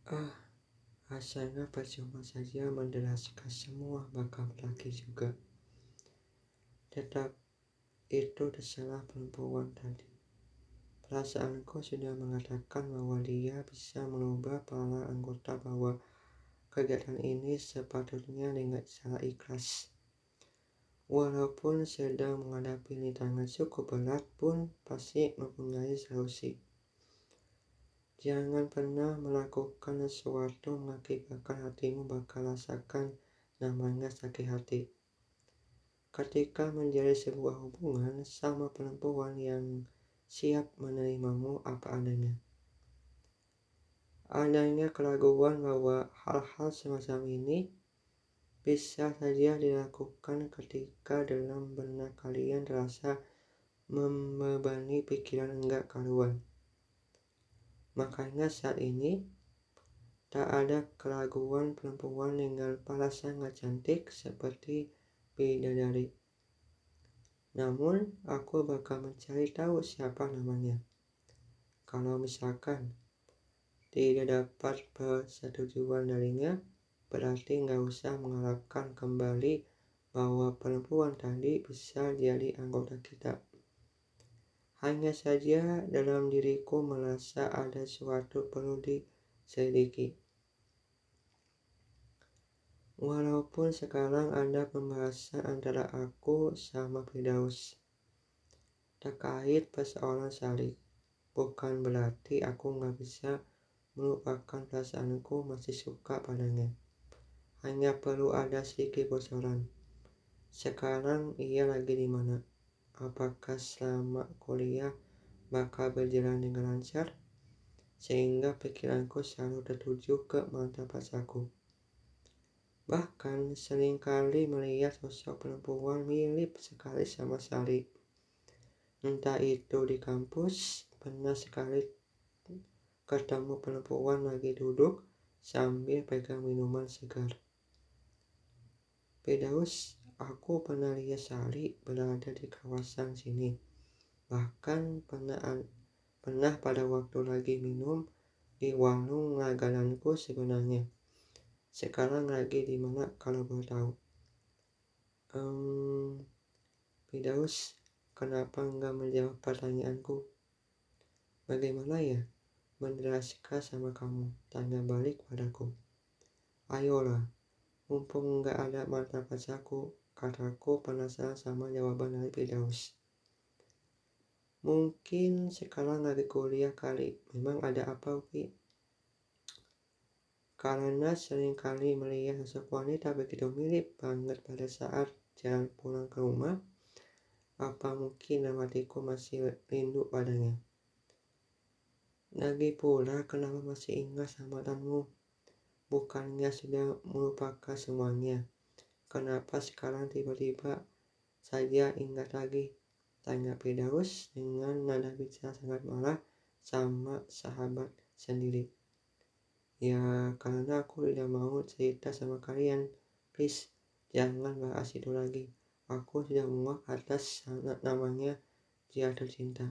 Ah, Rasanya percuma saja menjelaskan semua bakal laki juga. Tetap itu terserah perempuan tadi. Perasaanku sudah mengatakan bahwa dia bisa merubah para anggota bahwa kegiatan ini sepatutnya dengan secara ikhlas. Walaupun sedang menghadapi rintangan cukup berat pun pasti mempunyai solusi. Jangan pernah melakukan sesuatu mengakibatkan hatimu bakal rasakan namanya sakit hati. Ketika menjalin sebuah hubungan sama perempuan yang siap menerimamu apa adanya. Adanya keraguan bahwa hal-hal semacam ini bisa saja dilakukan ketika dalam benak kalian terasa membebani pikiran enggak karuan. Makanya saat ini tak ada keraguan perempuan dengan kepala sangat cantik seperti bidadari. Namun aku bakal mencari tahu siapa namanya. Kalau misalkan tidak dapat persetujuan darinya, berarti nggak usah mengharapkan kembali bahwa perempuan tadi bisa jadi anggota kita. Hanya saja dalam diriku merasa ada sesuatu perlu diselidiki. Walaupun sekarang ada pembahasan antara aku sama Firdaus terkait persoalan Sari, bukan berarti aku nggak bisa melupakan perasaanku masih suka padanya. Hanya perlu ada sedikit bocoran. Sekarang ia lagi di mana? Apakah selama kuliah bakal berjalan dengan lancar? Sehingga pikiranku selalu tertuju ke mantan pacarku. Bahkan seringkali melihat sosok perempuan mirip sekali sama Sari. Entah itu di kampus, pernah sekali ketemu perempuan lagi duduk sambil pegang minuman segar. Firdaus, aku pernah lihat Sari berada di kawasan sini. Bahkan pernah pada waktu lagi minum di warung langgananku sebenarnya. Sekarang lagi di mana kalau boleh tahu? Firdaus, kenapa enggak menjawab pertanyaanku? Bagaimana ya menjelaskan sama kamu? Tanya balik padaku. Ayolah, mumpung enggak ada mantan pacarku, kataku penasaran sama jawaban dari Firdaus. Mungkin sekarang lagi kuliah kali, memang ada apa Wi? Karena seringkali melihat sosok wanita begitu mirip banget pada saat jalan pulang ke rumah. Apa mungkin dalam hatiku masih rindu padanya? Lagi pula kenapa masih ingat sama mantanmu? Bukannya sudah melupakan semuanya? Kenapa sekarang tiba-tiba saja ingat lagi? Tanya Firdaus dengan nada bicara sangat marah sama sahabat sendiri. Ya karena aku tidak mau cerita sama kalian. Please jangan bahas itu lagi. Aku sudah muak atas namanya jatuh cinta.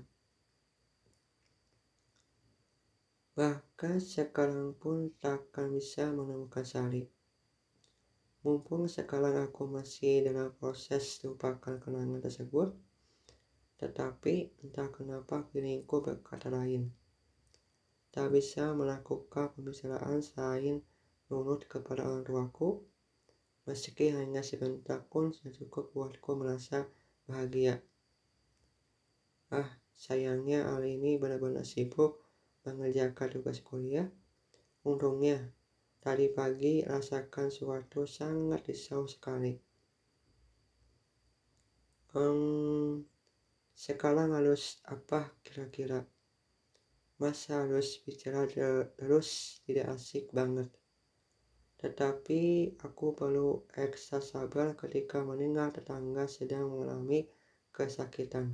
Bahkan sekarang pun takkan bisa menemukan Sari. Mumpung sekarang aku masih dalam proses lupakan kenangan tersebut, tetapi entah kenapa feelingku berkata lain. Tak bisa melakukan pembicaraan selain nurut kepada orang tuaku, meski hanya sebentar pun sudah cukup buatku merasa bahagia. Sayangnya hari ini benar-benar sibuk mengerjakan tugas kuliah. Untungnya, tadi pagi rasakan sesuatu sangat risau sekali. Sekarang harus apa kira-kira? Masa harus bicara terus tidak asik banget. Tetapi aku perlu ekstra sabar ketika mendengar tetangga sedang mengalami kesakitan.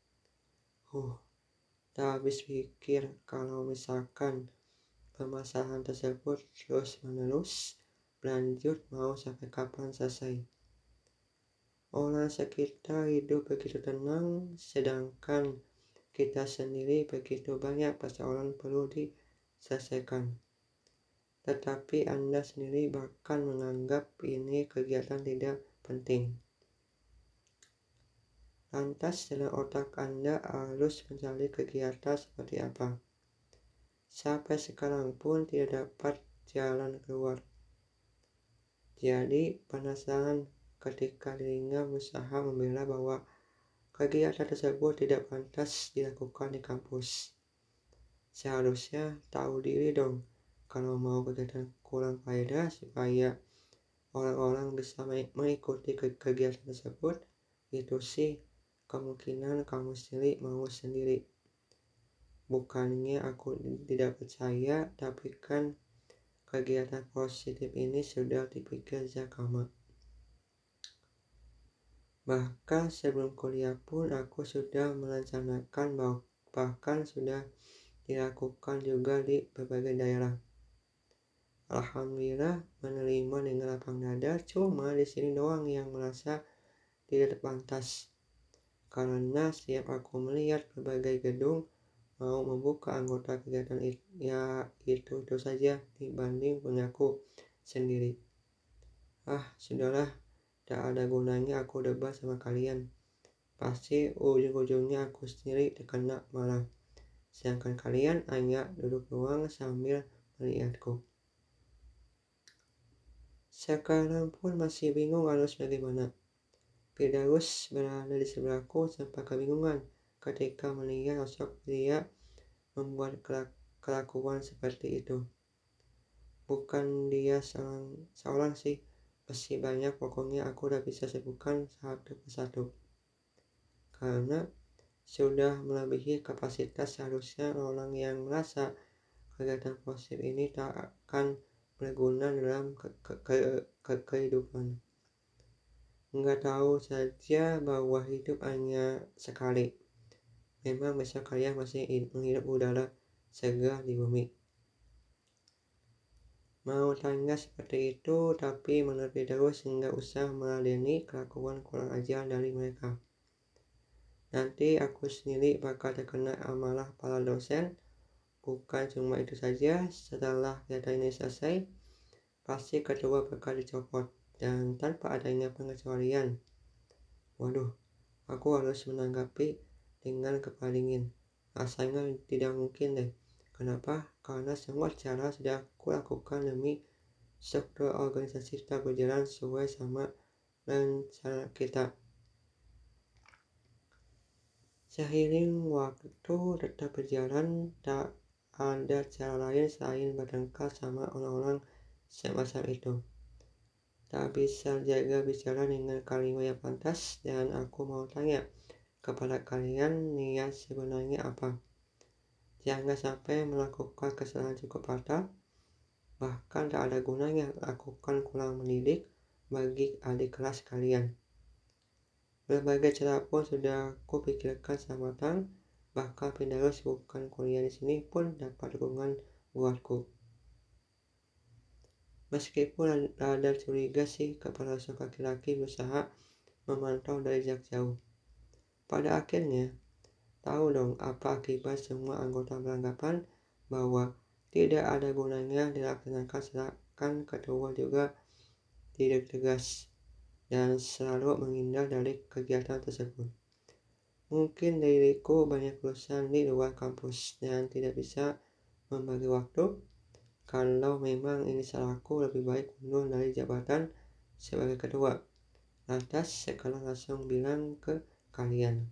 Tak habis pikir kalau misalkan permasalahan tersebut terus menerus berlanjut mau sampai kapan selesai. Orang sekitar hidup begitu tenang, sedangkan kita sendiri begitu banyak persoalan perlu diselesaikan. tetapi Anda sendiri bahkan menganggap ini kegiatan tidak penting. Lantas dalam otak Anda harus mencari kegiatan seperti apa? Sampai sekarang pun tidak dapat jalan keluar. Jadi penasaran ketika dirinya berusaha membela bahwa kegiatan tersebut tidak pantas dilakukan di kampus. Seharusnya tahu diri dong kalau mau kegiatan kurang faedah supaya orang-orang bisa mengikuti kegiatan tersebut. Itu sih kemungkinan kamu sendiri mau sendiri. Bukannya aku tidak percaya, tapi kan kegiatan positif ini sudah dipikir sejak lama. Bahkan sebelum kuliah pun aku sudah merencanakan, bahkan sudah dilakukan juga di berbagai daerah. Alhamdulillah menerima dengan lapang dada, cuma di sini doang yang merasa tidak pantas. Karena setiap aku melihat berbagai gedung mau membuka anggota kegiatan itu saja dibanding punyaku sendiri. Sudahlah, tak ada gunanya aku debat sama kalian. Pasti ujung-ujungnya aku sendiri terkena malah. Sedangkan kalian hanya duduk doang sambil melihatku. Sekarang pun masih bingung harus bagaimana. Firdaus berada di sebelahku tanpa kebingungan ketika melihat sosok dia membuat kelakuan seperti itu. Bukan dia seorang sih, masih banyak, pokoknya aku udah bisa sebutkan satu persatu. Karena sudah melebihi kapasitas, seharusnya orang yang merasa kegiatan positif ini tak akan berguna dalam kehidupan. Nggak tahu saja bahwa hidup hanya sekali. Memang besok kalian masih menghirup udara segar di bumi. Mau tanya seperti itu, tapi menurut Firdaus nggak usah meladeni kelakuan kurang ajar dari mereka. Nanti aku sendiri bakal terkena amarah para dosen. Bukan cuma itu saja, setelah kegiatan ini selesai, pasti ketua bakal dicopot dan tanpa adanya pengecualian. Waduh, aku harus menanggapi dengan kepala dingin. Rasanya tidak mungkin deh. Kenapa? Karena semua cara sudah aku lakukan demi struktur organisasi tetap berjalan sesuai sama rencana kita. Seiring waktu tetap berjalan, tak ada cara lain selain bertengkar sama orang-orang semacam itu. Tak bisa jaga bicara dengan kalimat yang pantas, dan aku mau tanya kepada kalian, niat sebenarnya apa? Jangan sampai melakukan kesalahan cukup fatal, bahkan tak ada gunanya lakukan kurang mendidik bagi adik kelas kalian. Berbagai cara pun sudah aku pikirkan sama matang, bahkan Firdaus bukan kuliah di sini pun dapat dukungan buatku. Meskipun ada curiga sih kepada sosok laki-laki berusaha memantau dari jarak jauh. Pada akhirnya, tahu dong apa akibat semua anggota beranggapan bahwa tidak ada gunanya dilaksanakan, sedangkan ketua juga tidak tegas dan selalu menghindar dari kegiatan tersebut. Mungkin diriku banyak urusan di luar kampus dan tidak bisa membagi waktu. Kalau memang ini salahku, lebih baik mundur dari jabatan sebagai ketua. Lantas sekarang langsung bilang ke kalian.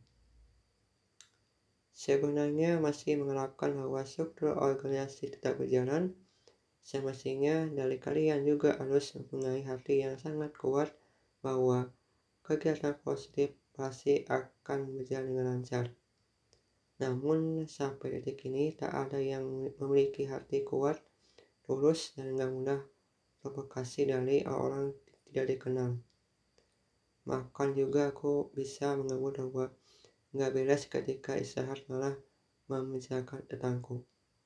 Sebenarnya masih mengharapkan bahwa struktur organisasi tetap berjalan. Semestinya dari kalian juga harus mempunyai hati yang sangat kuat bahwa kegiatan positif pasti akan berjalan dengan lancar. Namun sampai detik ini tak ada yang memiliki hati kuat, tulus, dan gak mudah provokasi dari orang tidak dikenal. Makan juga aku bisa mengebut bahwa gak beres ketika istirahat malah membicarakan tentangku.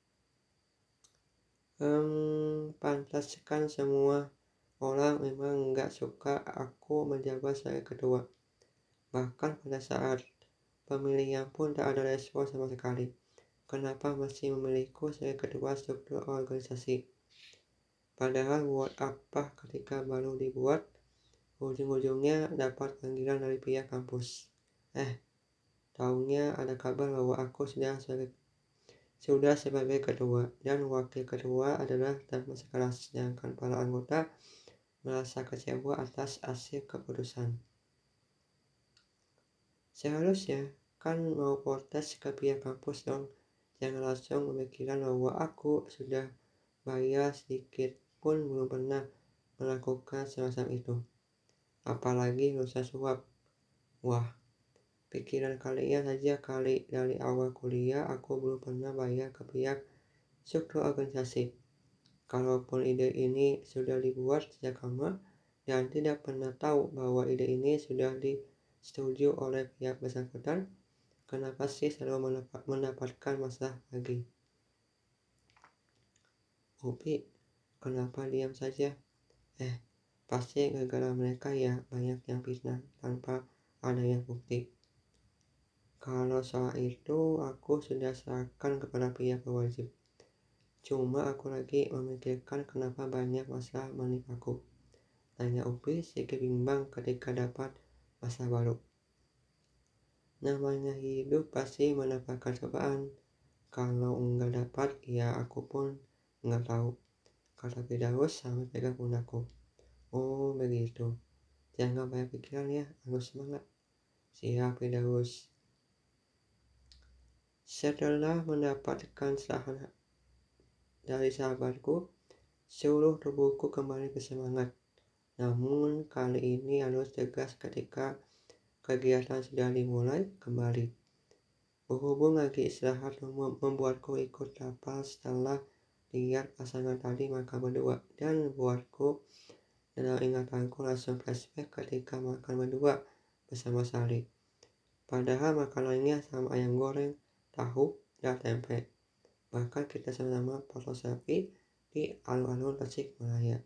Pantas kan semua orang memang gak suka aku menjabat sebagai ketua. Bahkan pada saat pemilihan pun tak ada respon sama sekali. Kenapa masih memilihku sebagai ketua struktur organisasi? Padahal buat apa ketika baru dibuat, ujung-ujungnya dapat panggilan dari pihak kampus. Taunya ada kabar bahwa aku sudah sebagai ketua dan wakil ketua adalah teman sekelas, sedangkan para anggota merasa kecewa atas hasil keputusan. Seharusnya kan mau protes ke pihak kampus dong, jangan langsung memikirkan bahwa aku sudah bayar sedikit pun belum pernah melakukan semacam itu. Apalagi urusan suap. Wah, pikiran kalian saja kali, dari awal kuliah aku belum pernah bayar ke pihak struktur organisasi. Kalaupun ide ini sudah dibuat sejak lama dan tidak pernah tahu bahwa ide ini sudah disetujui oleh pihak bersangkutan, kenapa sih selalu mendapatkan masalah lagi? Upi, kenapa diam saja? Pasti gara-gara mereka ya, banyak yang fitnah tanpa adanya bukti. Kalau soal itu aku sudah serahkan kepada pihak berwajib. Cuma aku lagi memikirkan kenapa banyak masalah menimpaku. Tanya Upi sedikit bimbang ketika dapat masalah baru. Namanya hidup pasti mendapatkan cobaan. Kalau enggak dapat, ya aku pun enggak tahu. Kata Firdaus sambil pegang pundakku. Oh begitu. Jangan banyak pikiran ya, harus semangat. Siap Firdaus. Setelah mendapatkan sarahan dari sahabatku, seluruh tubuhku kembali bersemangat. Namun kali ini harus tegas ketika kegiatan sudah dimulai kembali. Berhubung lagi istirahat membuatku ikut rapal setelah lihat pasangan tadi makan berdua, dan buatku dalam ingatanku langsung flashback ketika makan berdua bersama Sari. Padahal makanannya sama ayam goreng, tahu, dan tempe. Bahkan kita sama-sama foto selfie di alun-alun Tasikmalaya.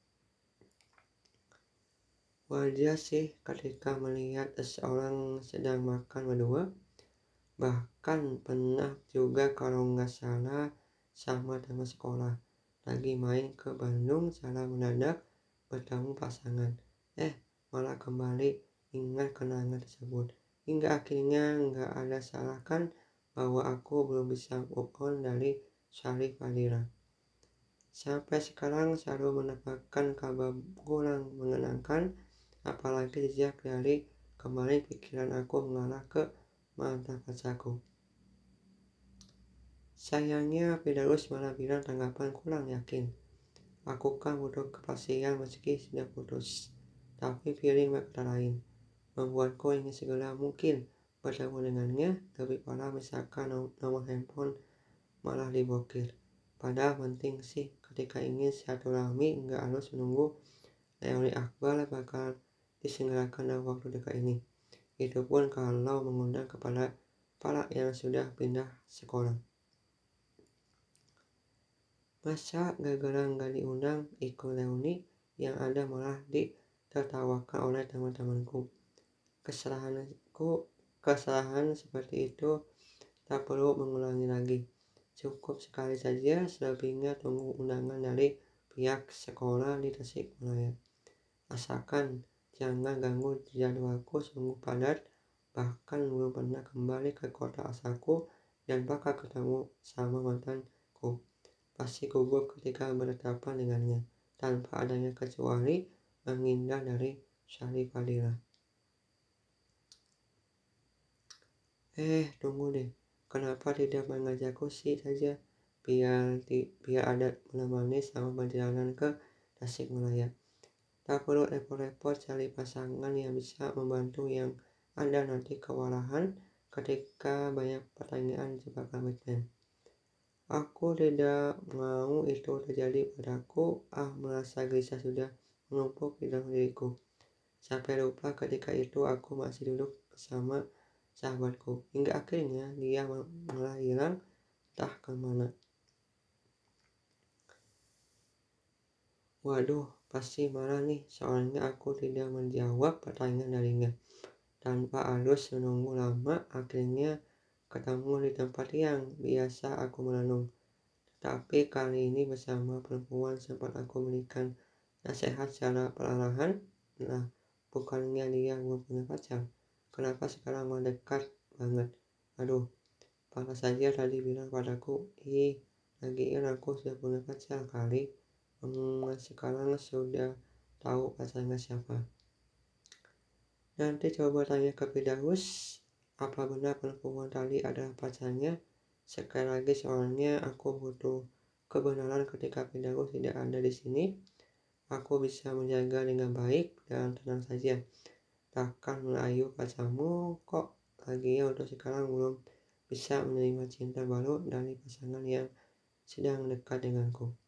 Wajar sih ketika melihat seseorang sedang makan berdua. Bahkan pernah juga kalau nggak salah sama teman sekolah lagi main ke Bandung, salah mendadak bertemu pasangan. Malah kembali ingat kenangan tersebut. Hingga akhirnya nggak ada salahkan bahwa aku belum bisa move on dari Syarif Fadila. Sampai sekarang selalu mendapatkan kabar kurang mengenangkan, apalagi sejak dari kemarin pikiran aku mengarah ke mantan pacarku. Sayangnya Firdaus malah bilang tanggapan kurang yakin. Aku kan butuh kepastian meski sudah putus. Tapi feeling berkata lain, membuatku ingin segera mungkin bertemu dengannya. Lebih parah misalkan nomor handphone malah diblokir. Padahal penting sih ketika ingin silaturahmi nggak harus menunggu reuni akbar bakal diselenggarakan dalam waktu dekat ini. Itu pun kalau mengundang kepada para yang sudah pindah sekolah. Masa gara-gara nggak diundang ikut reuni, yang ada malah ditertawakan oleh teman-temanku. Kesalahan seperti itu tak perlu mengulangi lagi. Cukup sekali saja, selebihnya tunggu undangan dari pihak sekolah di Tasikmalaya. Asalkan jangan ganggu jadwalku sungguh padat, bahkan belum pernah kembali ke kota asalku dan bakal ketemu sama mantanku. Pasti gugup ketika berhadapan dengannya, tanpa adanya kecuali menghindar dari Syarif Fadila. Tunggu deh, kenapa tidak mengajakku sih saja, biar ada menemani sama perjalanan ke Tasikmalaya. Tak perlu repot-repot cari pasangan yang bisa membantu, yang ada nanti kewalahan ketika banyak pertanyaan jebakan Batman. Aku tidak mau itu terjadi padaku. Merasa gelisah sudah menumpuk di dalam diriku, sampai lupa ketika itu aku masih duduk bersama sahabatku. Hingga akhirnya dia malah hilang entah kemana. Waduh, pasti marah nih, soalnya aku tidak menjawab pertanyaan darinya. Tanpa harus menunggu lama, akhirnya ketemu di tempat yang biasa aku merenung. Tapi kali ini bersama perempuan sempat aku berikan nasihat secara perlahan. Nah, bukannya dia belum punya pacar, kenapa sekarang mendekat banget? Aduh, pantas saja tadi bilang padaku, ih, lagian aku sudah punya pacar kali. Sekarang sudah tahu pacarnya siapa. Nanti coba tanya ke Firdaus, apa benar perempuan tadi ada pacarnya? Sekali lagi soalnya aku butuh kebenaran ketika Firdaus tidak ada di sini. Aku bisa menjaga dengan baik dan tenang saja. Takkan melayu pacarmu kok. Laginya untuk sekarang belum bisa menerima cinta baru dari pasangan yang sedang dekat denganku.